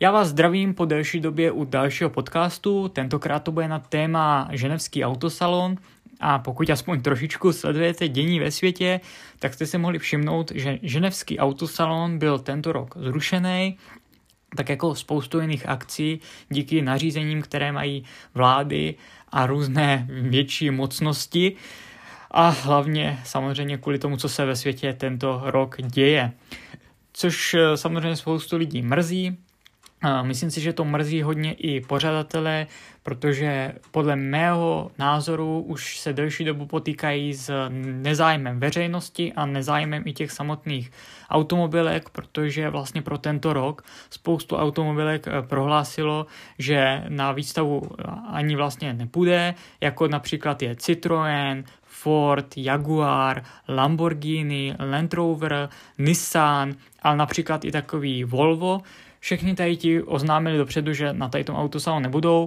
Já vás zdravím po delší době u dalšího podcastu, tentokrát to bude na téma Ženevský autosalon a pokud aspoň trošičku sledujete dění ve světě, tak jste si mohli všimnout, že Ženevský autosalon byl tento rok zrušený, tak jako spoustu jiných akcí díky nařízením, které mají vlády a různé větší mocnosti a hlavně samozřejmě kvůli tomu, co se ve světě tento rok děje. Což samozřejmě spoustu lidí mrzí. Myslím si, že to mrzí hodně i pořadatele, protože podle mého názoru už se delší dobu potýkají s nezájmem veřejnosti a nezájmem i těch samotných automobilek, protože vlastně pro tento rok spoustu automobilek prohlásilo, že na výstavu ani vlastně nepůjde, jako například je Citroën, Ford, Jaguar, Lamborghini, Land Rover, Nissan, ale například i takový Volvo. Všechny tady ti oznámili dopředu, že na tady tom autosalonu nebudou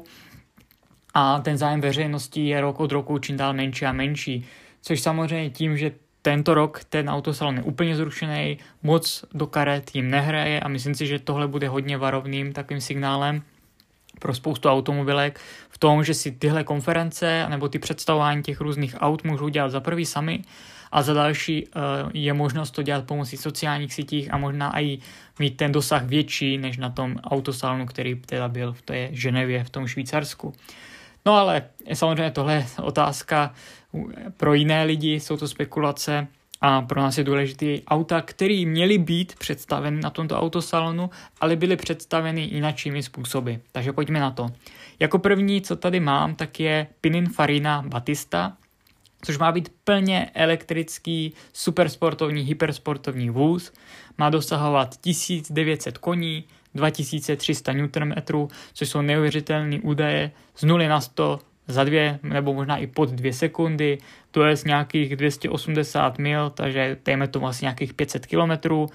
a ten zájem veřejnosti je rok od roku čím dál menší a menší. Což samozřejmě tím, že tento rok ten autosalon je úplně zrušený, moc do karet jim nehraje a myslím si, že tohle bude hodně varovným takovým signálem pro spoustu automobilek v tom, že si tyhle konference nebo ty představování těch různých aut můžou dělat za prvý sami a za další je možnost to dělat pomocí sociálních sítích a možná i mít ten dosah větší než na tom autosalonu, který teda byl v té Ženevě, v tom Švýcarsku. No ale samozřejmě tohle je otázka pro jiné lidi, jsou to spekulace a pro nás je důležitý auta, které měly být představeny na tomto autosalonu, ale byly představeny jinakšími způsoby. Takže pojďme na to. Jako první, co tady mám, tak je Pininfarina Battista, což má být plně elektrický, supersportovní, hypersportovní vůz. Má dosahovat 1900 koní, 2300 Nm, což jsou neuvěřitelné údaje z 0 na 100 za 2 nebo možná i pod 2 sekundy. To je z nějakých 280 mil, takže dejme tomu asi nějakých 500 kilometrů.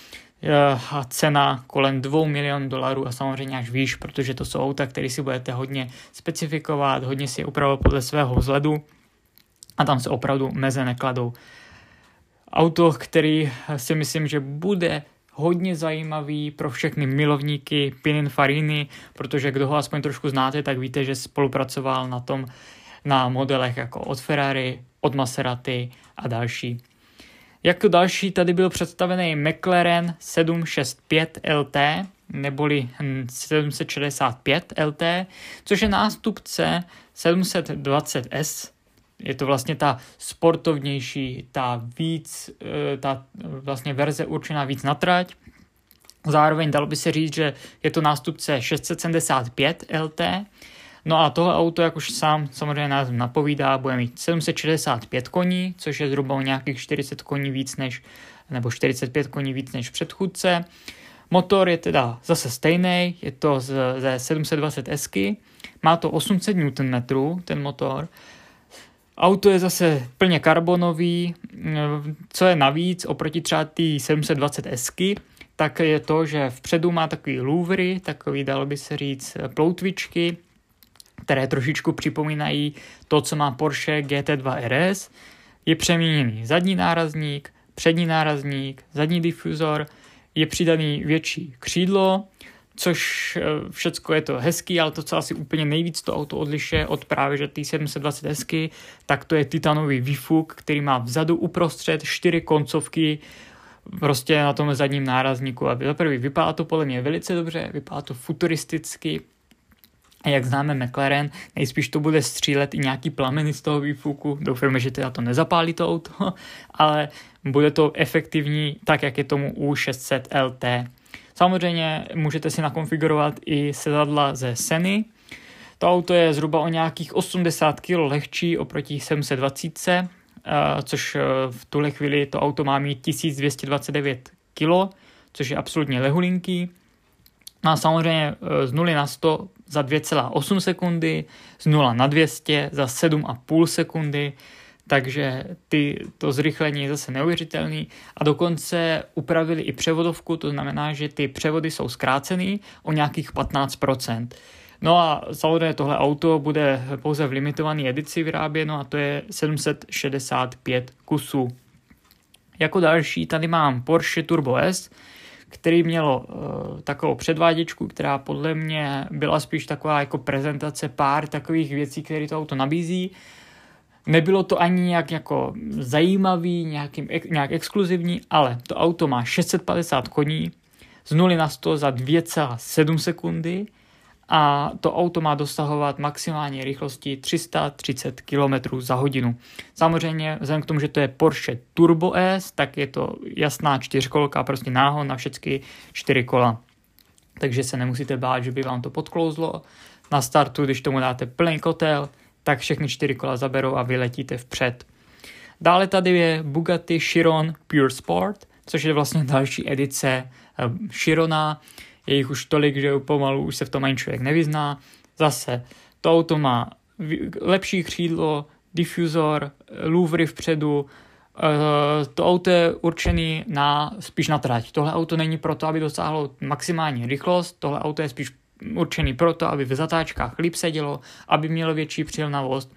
A cena kolem $2 milionů a samozřejmě až výš, protože to jsou auta, které si budete hodně specifikovat, hodně si upravovat podle svého vzhledu a tam se opravdu meze nekladou. Auto, který si myslím, že bude hodně zajímavý pro všechny milovníky Pininfariny, protože kdo ho aspoň trošku znáte, tak víte, že spolupracoval na modelech jako od Ferrari, od Maserati a další. Jako další tady byl představený McLaren 765 LT, neboli 765 LT, což je nástupce 720S. Je to vlastně ta sportovnější, ta vlastně verze určená víc na trať. Zároveň dalo by se říct, že je to nástupce 675 LT. No a tohle auto, jak už sám samozřejmě nás napovídá, bude mít 765 koní, což je zhruba o nějakých 40 koní víc nebo 45 koní víc než předchůdce. Motor je teda zase stejný, je to ze 720S, má to 800 Nm ten motor. Auto je zase plně karbonový, co je navíc oproti třeba té 720S, tak je to, že vpředu má takový louvry, takový dalo by se říct ploutvičky, které trošičku připomínají to, co má Porsche GT2 RS. Je přeměněný zadní nárazník, přední nárazník, zadní difuzor, je přidaný větší křídlo, což všecko je to hezký, ale to, co asi úplně nejvíc to auto odlišuje od právě že té 720S, tak to je titanový výfuk, který má vzadu uprostřed 4 koncovky prostě na tom zadním nárazníku. A za prvý vypadá to podle mě velice dobře, vypadá to futuristicky. A jak známe McLaren, nejspíš to bude střílet i nějaký plameny z toho výfuku. Doufáme, že teda to nezapálí to auto, ale bude to efektivní, tak jak je tomu u 600 LT. Samozřejmě můžete si nakonfigurovat i sedadla ze Seny. To auto je zhruba o nějakých 80 kg lehčí oproti 720, což v tuhle chvíli to auto má mít 1229 kg, což je absolutně lehulinký. No a samozřejmě z 0 na 100 za 2,8 sekundy, z 0 na 200 za 7,5 sekundy, takže to zrychlení je zase neuvěřitelný a dokonce upravili i převodovku, to znamená, že ty převody jsou zkrácený o nějakých 15%. No a samozřejmě tohle auto bude pouze v limitované edici vyráběno a to je 765 kusů. Jako další tady mám Porsche Turbo S, který mělo takovou předváděčku, která podle mě byla spíš taková jako prezentace pár takových věcí, které to auto nabízí. Nebylo to ani nějak jako zajímavý, nějak exkluzivní, ale to auto má 650 koní, z 0 na 100 za 2,7 sekundy a to auto má dosahovat maximální rychlosti 330 km za hodinu. Samozřejmě vzhledem k tomu, že to je Porsche Turbo S, tak je to jasná čtyřkolka, prostě náhon na všechny 4 kola. Takže se nemusíte bát, že by vám to podklouzlo. Na startu, když tomu dáte plný kotel, tak všechny 4 kola zaberou a vyletíte vpřed. Dále tady je Bugatti Chiron Pure Sport, což je vlastně další edice Chirona. Je jich už tolik, že pomalu už se v tom ani člověk nevyzná. Zase to auto má lepší křídlo, difuzor, louvry vpředu. To auto je určený spíš na trať. Tohle auto není proto, aby dosáhlo maximální rychlost. Tohle auto je spíš určený proto, aby v zatáčkách líp sedělo, aby mělo větší přilnavost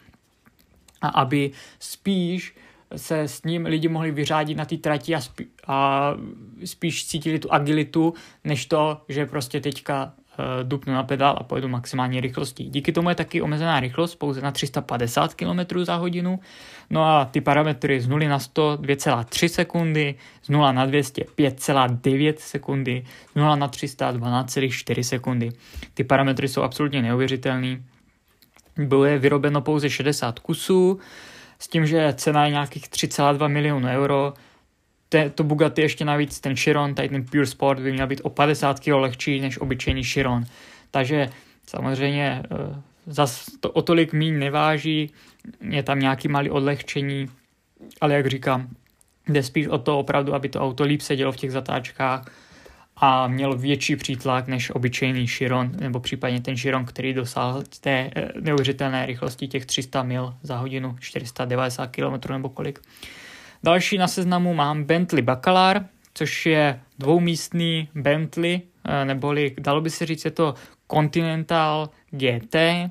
a aby spíš se s ním lidi mohli vyřádit na té trati a spíš cítili tu agilitu, než to, že prostě teďka dupnu na pedál a pojedu maximální rychlostí. Díky tomu je taky omezená rychlost pouze na 350 km za hodinu. No a ty parametry z 0 na 100 2,3 sekundy, z 0 na 200 5,9 sekundy, z 0 na 300 12,4 sekundy. Ty parametry jsou absolutně neuvěřitelný. Bylo je vyrobeno pouze 60 kusů, s tím, že cena je nějakých 3,2 milionu euro. To Bugatti ještě navíc, ten Chiron, tady ten Pure Sport by měl být o 50 kg lehčí než obyčejný Chiron. Takže samozřejmě zas to o tolik míň neváží, je tam nějaký malý odlehčení, ale jak říkám, jde spíš o to opravdu, aby to auto líp sedělo v těch zatáčkách a měl větší přítlak než obyčejný Chiron, nebo případně ten Chiron, který dosáhl té neuvěřitelné rychlosti těch 300 mil za hodinu, 490 km nebo kolik. Další na seznamu mám Bentley Bacalar, což je dvoumístný Bentley, neboli dalo by se říct, je to Continental GT,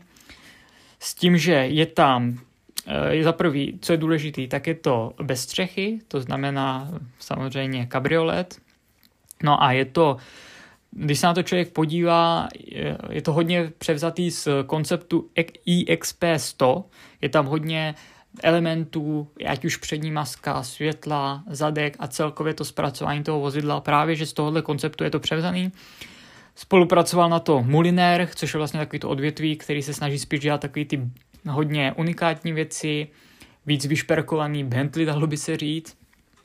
s tím, že je tam, za prvý, co je důležitý, tak je to bez střechy, to znamená samozřejmě kabriolet. No a je to, když se na to člověk podívá, je to hodně převzatý z konceptu EXP100, je tam hodně elementů, ať už přední maska, světla, zadek a celkově to zpracování toho vozidla, právě že z tohohle konceptu je to převzaný. Spolupracoval na to Mulinér, což je vlastně takový to odvětví, který se snaží spíš dělat takový ty hodně unikátní věci, víc vyšperkovaný Bentley, dalo by se říct.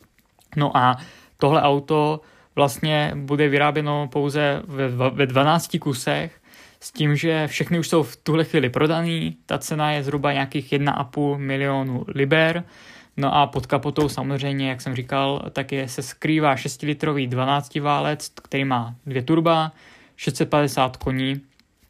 No a tohle auto vlastně bude vyráběno pouze ve 12 kusech, s tím, že všechny už jsou v tuhle chvíli prodaný, ta cena je zhruba nějakých 1,5 milionu liber, no a pod kapotou samozřejmě, jak jsem říkal, tak se skrývá 6-litrový 12-válec, který má 2 turba, 650 koní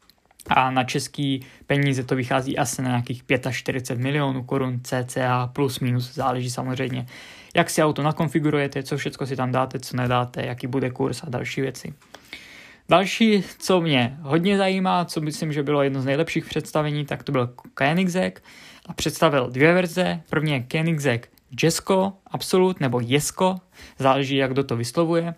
a na český peníze to vychází asi na nějakých 45 milionů korun cca plus minus, záleží samozřejmě, jak si auto nakonfigurujete, co všechno si tam dáte, co nedáte, jaký bude kurz a další věci. Další, co mě hodně zajímá, co myslím, že bylo jedno z nejlepších představení, tak to byl Koenigsegg a představil 2 verze. První je Koenigsegg Jesko Absolut nebo Jesko, záleží, jak kdo to vyslovuje.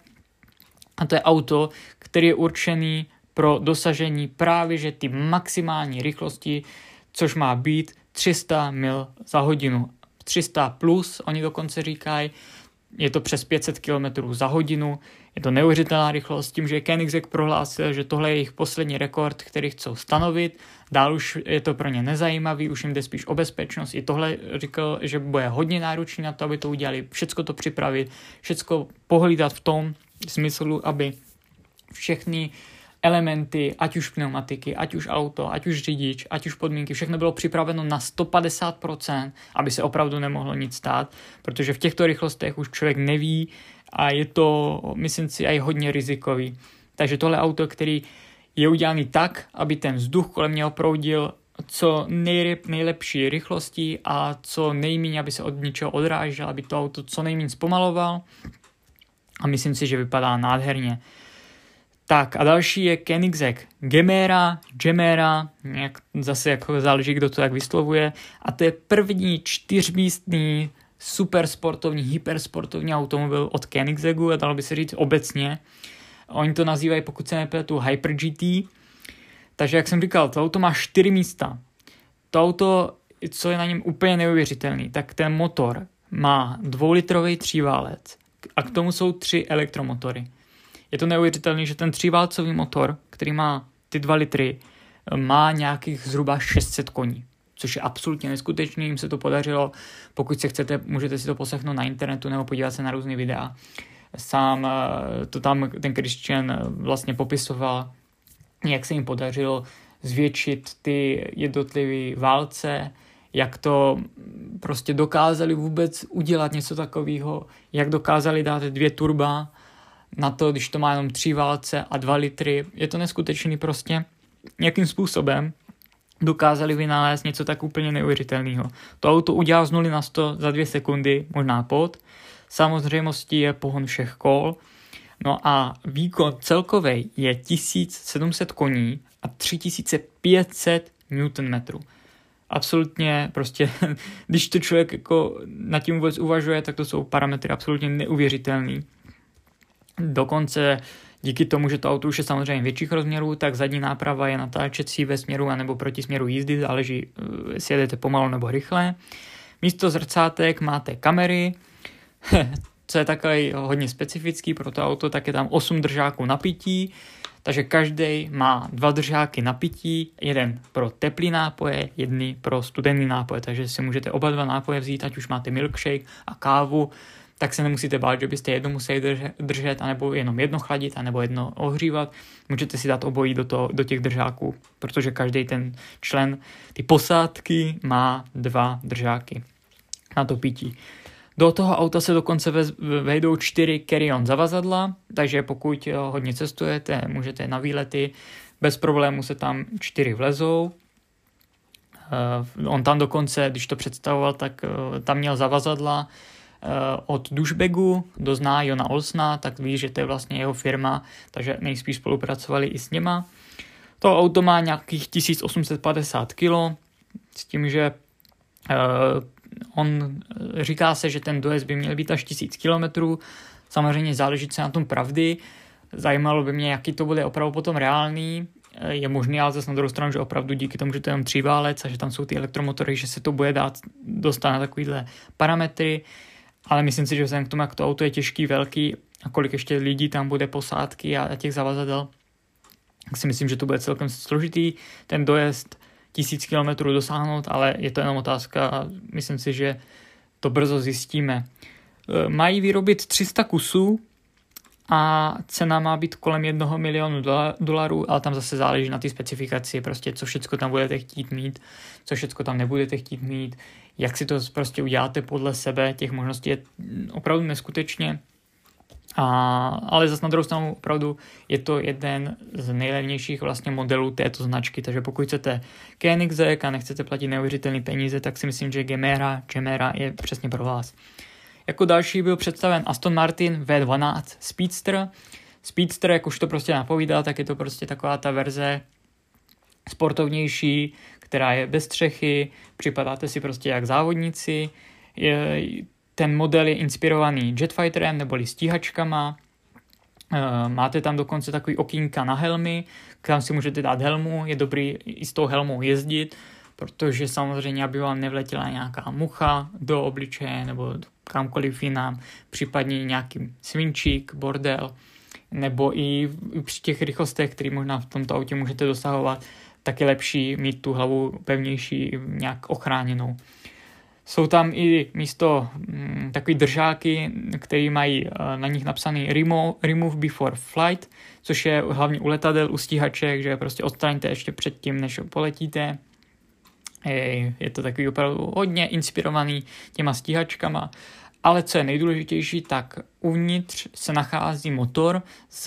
A to je auto, který je určený pro dosažení právě že ty maximální rychlosti, což má být 300 mil za hodinu. 300 plus, oni dokonce říkají, je to přes 500 km za hodinu, je to neuvěřitelná rychlost, s tím, že Koenigsegg prohlásil, že tohle je jejich poslední rekord, který chcou stanovit, dál už je to pro ně nezajímavý, už jim jde spíš o bezpečnost. I tohle říkal, že bude hodně náročný na to, aby to udělali, všecko to připravit, všecko pohlídat v tom smyslu, aby všechny elementy, ať už pneumatiky, ať už auto, ať už řidič, ať už podmínky, všechno bylo připraveno na 150%, aby se opravdu nemohlo nic stát, protože v těchto rychlostech už člověk neví a je to, myslím si, aj hodně rizikový. Takže tohle auto, který je udělaný tak, aby ten vzduch kolem něho proudil co nejlepší rychlostí a co nejméně, aby se od ničeho odrážel, aby to auto co nejméně zpomaloval a myslím si, že vypadá nádherně. Tak a další je Koenigsegg Gemera, zase jako záleží, kdo to jak vyslovuje. A to je první 4místný supersportovní, hypersportovní automobil od Koenigseggu, a dalo by se říct obecně. Oni to nazývají, pokud se nepletu, Hyper GT. Takže jak jsem říkal, to auto má 4 místa. To auto, co je na něm úplně neuvěřitelný, tak ten motor má 2-litrový tříválec a k tomu jsou 3 elektromotory. Je to neuvěřitelný, že ten tříválcový motor, který má ty 2 litry, má nějakých zhruba 600 koní, což je absolutně neskutečný, jim se to podařilo. Pokud se chcete, můžete si to poslechnout na internetu nebo podívat se na různé videa. Sám to tam ten Christian vlastně popisoval, jak se jim podařilo zvětšit ty jednotlivé válce, jak to prostě dokázali vůbec udělat něco takového, jak dokázali dát 2 turba na to, když to má jenom 3 válce a 2 litry. Je to neskutečný prostě, jakým způsobem dokázali vynalézt něco tak úplně neuvěřitelného. To auto udělal z 0 na 100 za 2 sekundy, možná pod. Samozřejmostí je pohon všech kol. No a výkon celkový je 1700 koní a 3500 Nm. Absolutně prostě, když to člověk jako nad tím vůbec uvažuje, tak to jsou parametry absolutně neuvěřitelný. Dokonce díky tomu, že to auto už je samozřejmě větších rozměrů, tak zadní náprava je natáčecí ve směru anebo proti směru jízdy, záleží, jestli jedete pomalu nebo rychle. Místo zrcátek máte kamery, co je takový hodně specifický pro to auto, tak je tam 8 držáků na pití, takže každý má 2 držáky na pití, jeden pro teplý nápoje, jedný pro studený nápoje, takže si můžete oba 2 nápoje vzít, ať už máte milkshake a kávu, tak se nemusíte bát, že byste jedno museli držet, anebo jenom jedno chladit, anebo jedno ohřívat. Můžete si dát obojí do těch držáků, protože každý ten člen ty posádky má 2 držáky na to pití. Do toho auta se dokonce vejdou 4 carry-on zavazadla, takže pokud hodně cestujete, můžete na výlety, bez problému se tam 4 vlezou. On tam dokonce, když to představoval, tak tam měl zavazadla od douchebagu, kdo zná Jona Olsna, tak ví, že to je vlastně jeho firma, takže nejspíš spolupracovali i s něma. To auto má nějakých 1850 kg, s tím, že on říká se, že ten dojezd by měl být až 1000 km. Samozřejmě záleží se na tom pravdy. Zajímalo by mě, jaký to bude opravdu potom reálný. Je možný, ale zase na druhou stranu, že opravdu díky tomu, že to je jenom 3 válec a že tam jsou ty elektromotory, že se to bude dostat na takovýhle parametry. Ale myslím si, že vzhledem k tomu, jak to auto je těžký, velký a kolik ještě lidí tam bude posádky a těch zavazadel, tak si myslím, že to bude celkem složitý ten dojezd 1000 km dosáhnout, ale je to jenom otázka a myslím si, že to brzo zjistíme. Mají vyrobit 300 kusů a cena má být kolem $1 milionu, ale tam zase záleží na té specifikaci, prostě co všecko tam budete chtít mít, co všecko tam nebudete chtít mít, jak si to prostě uděláte podle sebe, těch možností je opravdu neskutečně. Ale zase na druhou stranu opravdu je to jeden z nejlevnějších vlastně modelů této značky, takže pokud chcete Koenigsegg a nechcete platit neuvěřitelné peníze, tak si myslím, že Gemera je přesně pro vás. Jako další byl představen Aston Martin V12 Speedster. Speedster, jak už to prostě napovídá, tak je to prostě taková ta verze sportovnější, která je bez střechy, připadáte si prostě jak závodníci. Ten model je inspirovaný Jetfighterem neboli stíhačkama. Máte tam dokonce takový okýnka na helmy, kam si můžete dát helmu, je dobrý i s tou helmou jezdit, protože samozřejmě, aby vám nevletěla nějaká mucha do obličeje nebo kamkoliv jinam, případně nějaký svinčík, bordel, nebo i při těch rychlostech, které možná v tomto autě můžete dosahovat, tak je lepší mít tu hlavu pevnější, nějak ochráněnou. Jsou tam i místo takový držáky, které mají na nich napsaný Remove before flight, což je hlavně u letadel, u stíhaček, že prostě odstraňte ještě předtím, než poletíte. Je to takový opravdu hodně inspirovaný těma stíhačkama. Ale co je nejdůležitější, tak uvnitř se nachází motor z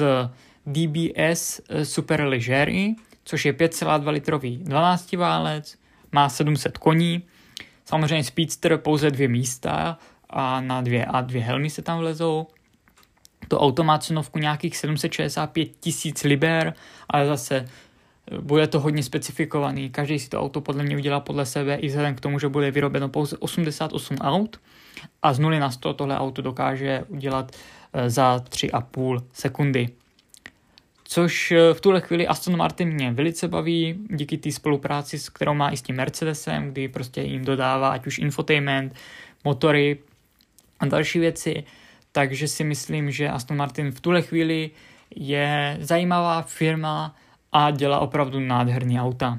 DBS Superleggera, což je 5,2 litrový 12 válec, má 700 koní. Samozřejmě Speedster pouze 2 místa a na 2 helmy se tam vlezou. To auto má cenovku nějakých 765 000 liber, ale zase bude to hodně specifikovaný. Každý si to auto podle mě udělá podle sebe i vzhledem k tomu, že bude vyrobeno pouze 88 aut a z 0 na 100 tohle auto dokáže udělat za 3,5 sekundy. což v tuhle chvíli Aston Martin mě velice baví díky té spolupráci, s kterou má i s tím Mercedesem, kdy prostě jim dodává ať už infotainment, motory a další věci, takže si myslím, že Aston Martin v tuhle chvíli je zajímavá firma a dělá opravdu nádherný auta.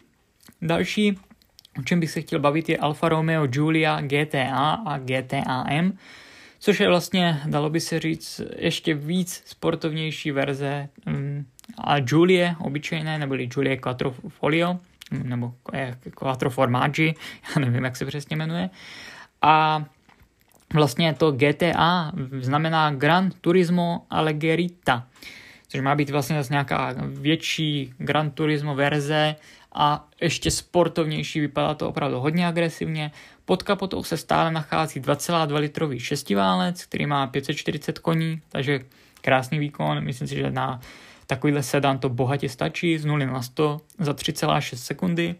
Další, o čem bych se chtěl bavit, je Alfa Romeo Giulia GTA a GTA M, což je vlastně, dalo by se říct, ještě víc sportovnější verze a Giulie obyčejné, neboli Giulie Quattrofoglio, nebo Quattroformaggi, já nevím, jak se přesně jmenuje. A vlastně to GTA znamená Gran Turismo Alleggerita, což má být vlastně zase nějaká větší Gran Turismo verze a ještě sportovnější, vypadá to opravdu hodně agresivně. Pod kapotou se stále nachází 2,2 litrový šestiválec, který má 540 koní, takže krásný výkon, myslím si, že na takovýhle sedan to bohatě stačí, z 0 na 100 za 3,6 sekundy.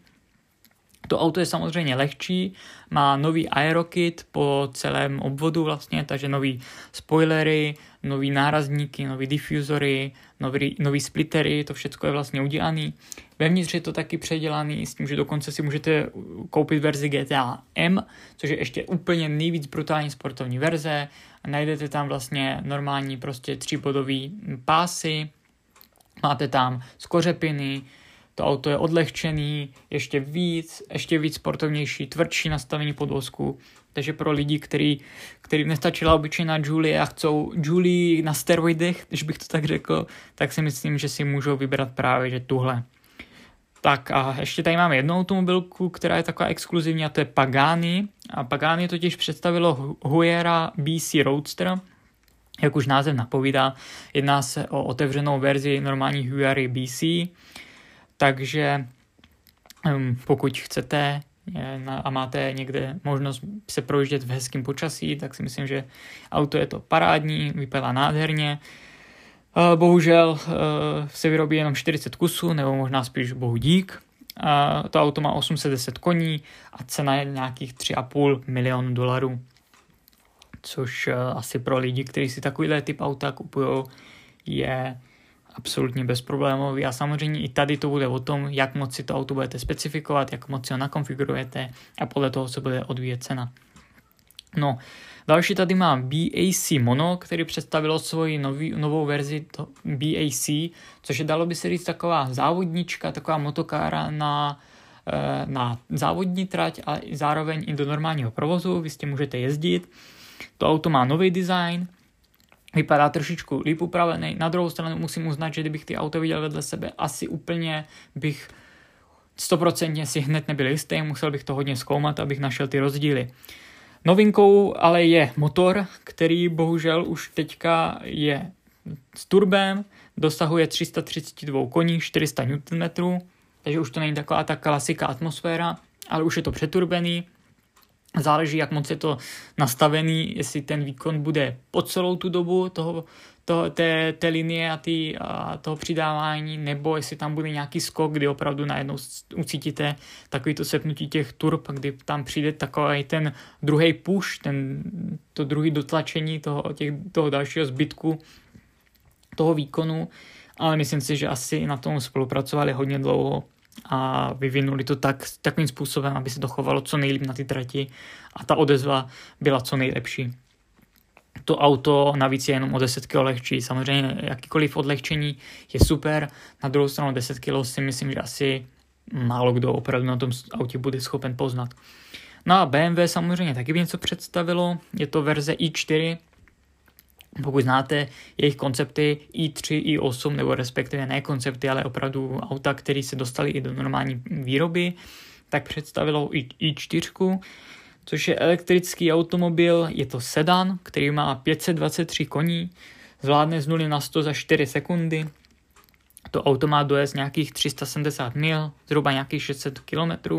To auto je samozřejmě lehčí, má nový aerokit po celém obvodu vlastně, takže nový spoilery, nový nárazníky, nový diffuzory, nový splittery, to všechno je vlastně udělaný. Vevnitř je to taky předělaný s tím, že dokonce si můžete koupit verzi GTA M, což je ještě úplně nejvíc brutální sportovní verze. Najdete tam vlastně normální prostě 3bodový pásy, máte tam skořepiny, to auto je odlehčený, ještě víc sportovnější, tvrdší nastavení podvozku. Takže pro lidi, který nestačila obyčejná Giulia a chcou Giulii na steroidech, když bych to tak řekl, tak si myslím, že si můžou vybrat právě že tuhle. Tak a ještě tady máme jednu automobilku, která je taková exkluzivní a to je Pagani. A Pagani totiž představilo Huayra BC Roadster, jak už název napovídá, jedná se o otevřenou verzi normální Huayry BC. Takže pokud chcete a máte někde možnost se projíždět v hezkém počasí, tak si myslím, že auto je to parádní, vypadá nádherně. Bohužel se vyrobí jenom 40 kusů, nebo možná spíš bohu dík. To auto má 810 koní a cena je nějakých $3,5 milionu, což asi pro lidi, kteří si takovýhle typ auta kupují, je absolutně bezproblémový a samozřejmě i tady to bude o tom, jak moc si to auto budete specifikovat, jak moc si ho nakonfigurujete a podle toho se bude odvíjet cena. No, další tady má BAC Mono, který představilo svoji novou verzi BAC, což je, dalo by se říct, taková závodnička, taková motokára na závodní trať a zároveň i do normálního provozu, vy s tím můžete jezdit. To auto má nový design, vypadá trošičku líp upravený. Na druhou stranu musím uznat, že kdybych ty auto viděl vedle sebe, asi úplně bych 100% si hned nebyl jistý, musel bych to hodně zkoumat, abych našel ty rozdíly. Novinkou ale je motor, který bohužel už teďka je s turbem, dosahuje 332 koní, 400 Nm, takže už to není taková ta klasická atmosféra, ale už je to přeturbený. Záleží, jak moc je to nastavený, jestli ten výkon bude po celou tu dobu té linie a toho přidávání, nebo jestli tam bude nějaký skok, kdy opravdu najednou ucítíte takový to sepnutí těch turb, kdy tam přijde takový ten druhý push, to druhý dotlačení toho dalšího zbytku toho výkonu, ale myslím si, že asi na tom spolupracovali hodně dlouho a vyvinuli to takovým způsobem, aby se to chovalo co nejlíp na ty trati a ta odezva byla co nejlepší. To auto navíc je jenom o 10 kg lehčí, samozřejmě jakýkoliv odlehčení je super, na druhou stranu 10 kg si myslím, že asi málo kdo opravdu na tom autě bude schopen poznat. No a BMW samozřejmě taky něco představilo, je to verze i4, pokud znáte jejich koncepty i3, i8, nebo respektive ne koncepty, ale opravdu auta, které se dostaly i do normální výroby, tak představilo i4, což je elektrický automobil, je to sedan, který má 523 koní, zvládne z 0 na 100 za 4 sekundy. To auto má dojezd nějakých 370 mil, zhruba nějakých 600 km.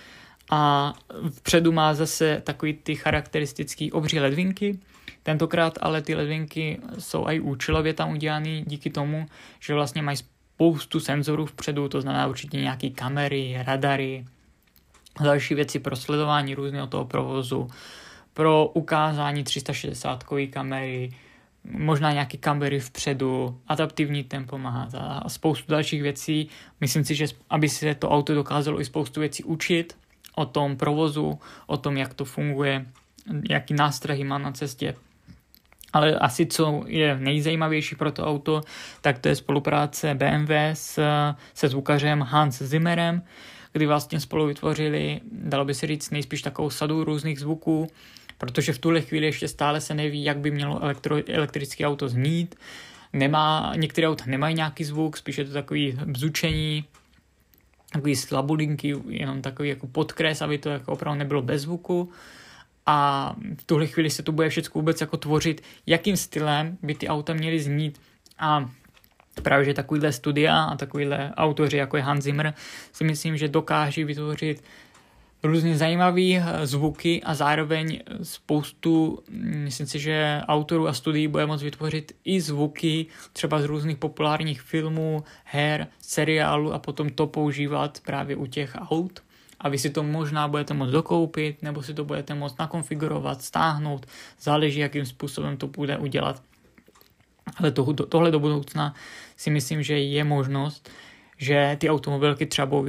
A vpředu má zase takový ty charakteristický obří ledvinky. Tentokrát ale ty ledvinky jsou i účelově tam udělaný díky tomu, že vlastně mají spoustu senzorů vpředu, to znamená určitě nějaké kamery, radary, další věci pro sledování různého toho provozu, pro ukázání 360-kové kamery, možná nějaké kamery vpředu, adaptivní tempomat a spoustu dalších věcí. Myslím si, že aby se to auto dokázalo i spoustu věcí učit o tom provozu, o tom, jak to funguje, jaký nástrahy má na cestě. Ale asi co je nejzajímavější pro to auto, tak to je spolupráce BMW se zvukařem Hans Zimmerem, kdy vlastně spolu vytvořili, dalo by se říct, nejspíš takovou sadu různých zvuků, protože v tuhle chvíli ještě stále se neví, jak by mělo elektrické auto znít. Některé auta nemají nějaký zvuk, spíš je to takový bzučení, takový slabulinky, jenom takový jako podkres, aby to jako opravdu nebylo bez zvuku. A v tuhle chvíli se to bude všechno vůbec jako tvořit, jakým stylem by ty auta měly znít. A právě, že takovýhle studia a takovýhle autoři, jako je Hans Zimmer, si myslím, že dokáží vytvořit různě zajímavé zvuky a zároveň spoustu, myslím si, že autorů a studií bude moct vytvořit i zvuky třeba z různých populárních filmů, her, seriálů a potom to používat právě u těch aut. A vy si to možná budete moct dokoupit, nebo si to budete moct nakonfigurovat, stáhnout, záleží, jakým způsobem to bude udělat. Ale tohle do budoucna si myslím, že je možnost, že ty automobilky třeba budou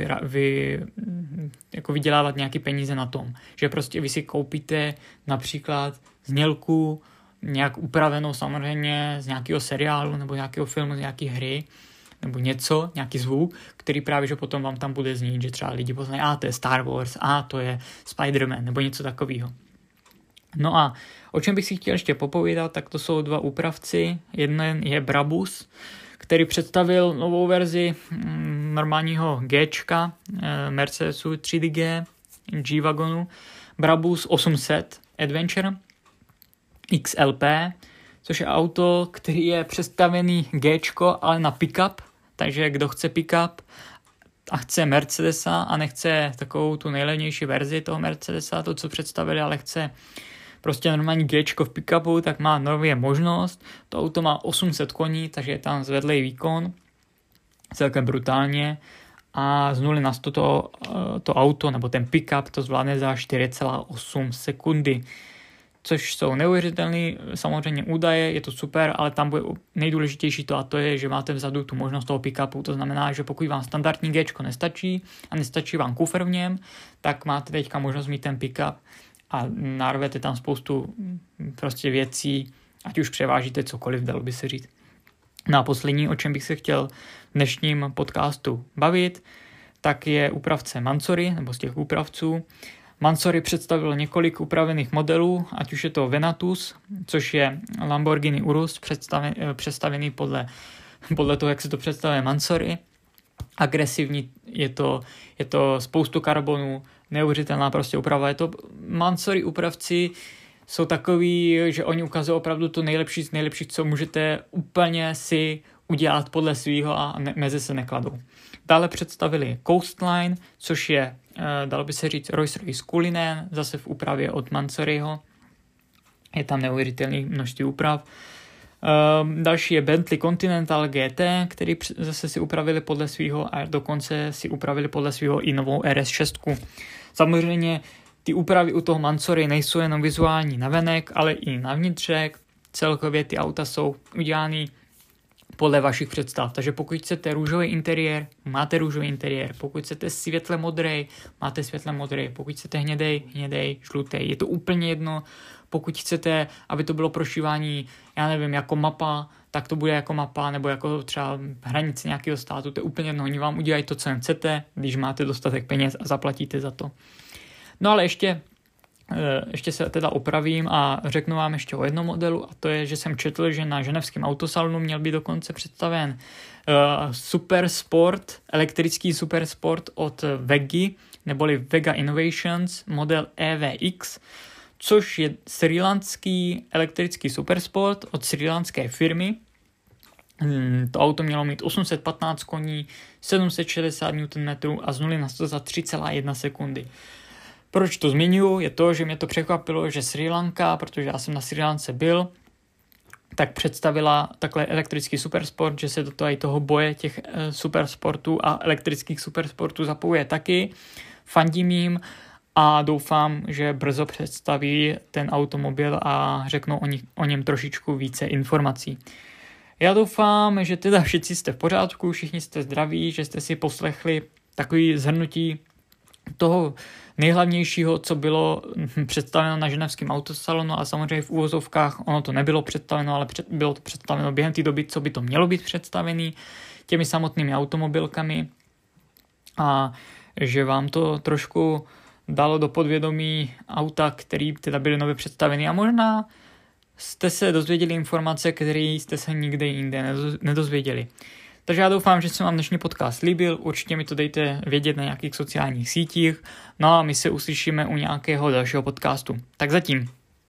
jako vydělávat nějaké peníze na tom. Že prostě vy si koupíte například znělku, nějak upravenou samozřejmě z nějakého seriálu nebo nějakého filmu, z nějaké hry, nebo něco, nějaký zvuk, který právě, že potom vám tam bude znít, že třeba lidi poznají, to je Star Wars, to je Spider-Man, nebo něco takového. No a o čem bych si chtěl ještě popovídat, tak to jsou dva úpravci. Jeden je Brabus, který představil novou verzi normálního Gčka, Mercedesu 3D G-Wagonu, Brabus 800 Adventure XLP, což je auto, který je představený Gčko, ale na pick-up, takže kdo chce pick-up a chce Mercedesa a nechce takovou tu nejlevnější verzi toho Mercedesa, to, co představili, ale chce prostě normální Gčko v pick-upu, tak má nově možnost. To auto má 800 koní, takže je tam zvedlej výkon, celkem brutálně, a z 0 na 100 to auto, nebo ten pick-up, to zvládne za 4,8 sekundy. Což jsou neuvěřitelné samozřejmě údaje, je to super, ale tam bude nejdůležitější to, a to je, že máte vzadu tu možnost toho pick-upu. To znamená, že pokud vám standardní Gčko nestačí a nestačí vám kufr v něm, tak máte teďka možnost mít ten pick-up a narvete tam spoustu prostě věcí, ať už převážíte cokoliv, dalo by se říct. No a poslední, o čem bych se chtěl v dnešním podcastu bavit, tak je úpravce Mansory, nebo z těch úpravců. Mansory představil několik upravených modelů, ať už je to Venatus, což je Lamborghini Urus, představený podle toho, jak se to představuje Mansory. Agresivní, je to spoustu karbonů, neuvěřitelná prostě úprava. Mansory úpravci jsou takový, že oni ukazují opravdu to nejlepší z nejlepších, co můžete úplně si udělat podle svýho a meze se nekladou. Dále představili Coastline, což je, dalo by se říct, Rolls-Royce Cullinan, zase v úpravě od Mansoryho. Je tam neuvěřitelné množství úprav. Další je Bentley Continental GT, který zase si upravili podle svýho a dokonce si upravili podle svýho i novou RS6. Samozřejmě ty úpravy u toho Mansory nejsou jenom vizuální navenek, ale i na vnitřek. Celkově ty auta jsou udělány podle vašich představ. Takže pokud chcete růžový interiér, máte růžový interiér. Pokud chcete světle modrý, máte světle modrý. Pokud chcete hnědej, žlutý. Je to úplně jedno. Pokud chcete, aby to bylo prošívání, já nevím, jako mapa, tak to bude jako mapa, nebo jako třeba hranice nějakého státu. To je úplně jedno. Oni vám udělají to, co jen chcete, když máte dostatek peněz a zaplatíte za to. No ale ještě se teda opravím a řeknu vám ještě o jednom modelu, a to je, že jsem četl, že na ženevském autosalonu měl být dokonce představen Supersport, elektrický Supersport od Vegy, neboli Vega Innovations, model EVX, což je srílanský elektrický Supersport od srílanské firmy. To auto mělo mít 815 koní, 760 Nm a z 0 na 100 za 3,1 sekundy. Proč to zmiňuji, je to, že mě to překvapilo, že Srí Lanka, protože já jsem na Srí Lance byl, tak představila takhle elektrický supersport, že se do toho boje těch supersportů a elektrických supersportů zapojuje taky. Fandím jim a doufám, že brzo představí ten automobil a řeknou o něm trošičku více informací. Já doufám, že teda všichni jste v pořádku, všichni jste zdraví, že jste si poslechli takový shrnutí toho nejhlavnějšího, co bylo představeno na ženevském autosalonu, a samozřejmě v uvozovkách ono to nebylo představeno, ale bylo to představeno během té doby, co by to mělo být představený těmi samotnými automobilkami, a že vám to trošku dalo do podvědomí auta, které teda byly nově představeny, a možná jste se dozvěděli informace, které jste se nikde jinde nedozvěděli. Takže já doufám, že se vám dnešní podcast líbil, určitě mi to dejte vědět na nějakých sociálních sítích, no a my se uslyšíme u nějakého dalšího podcastu. Tak zatím.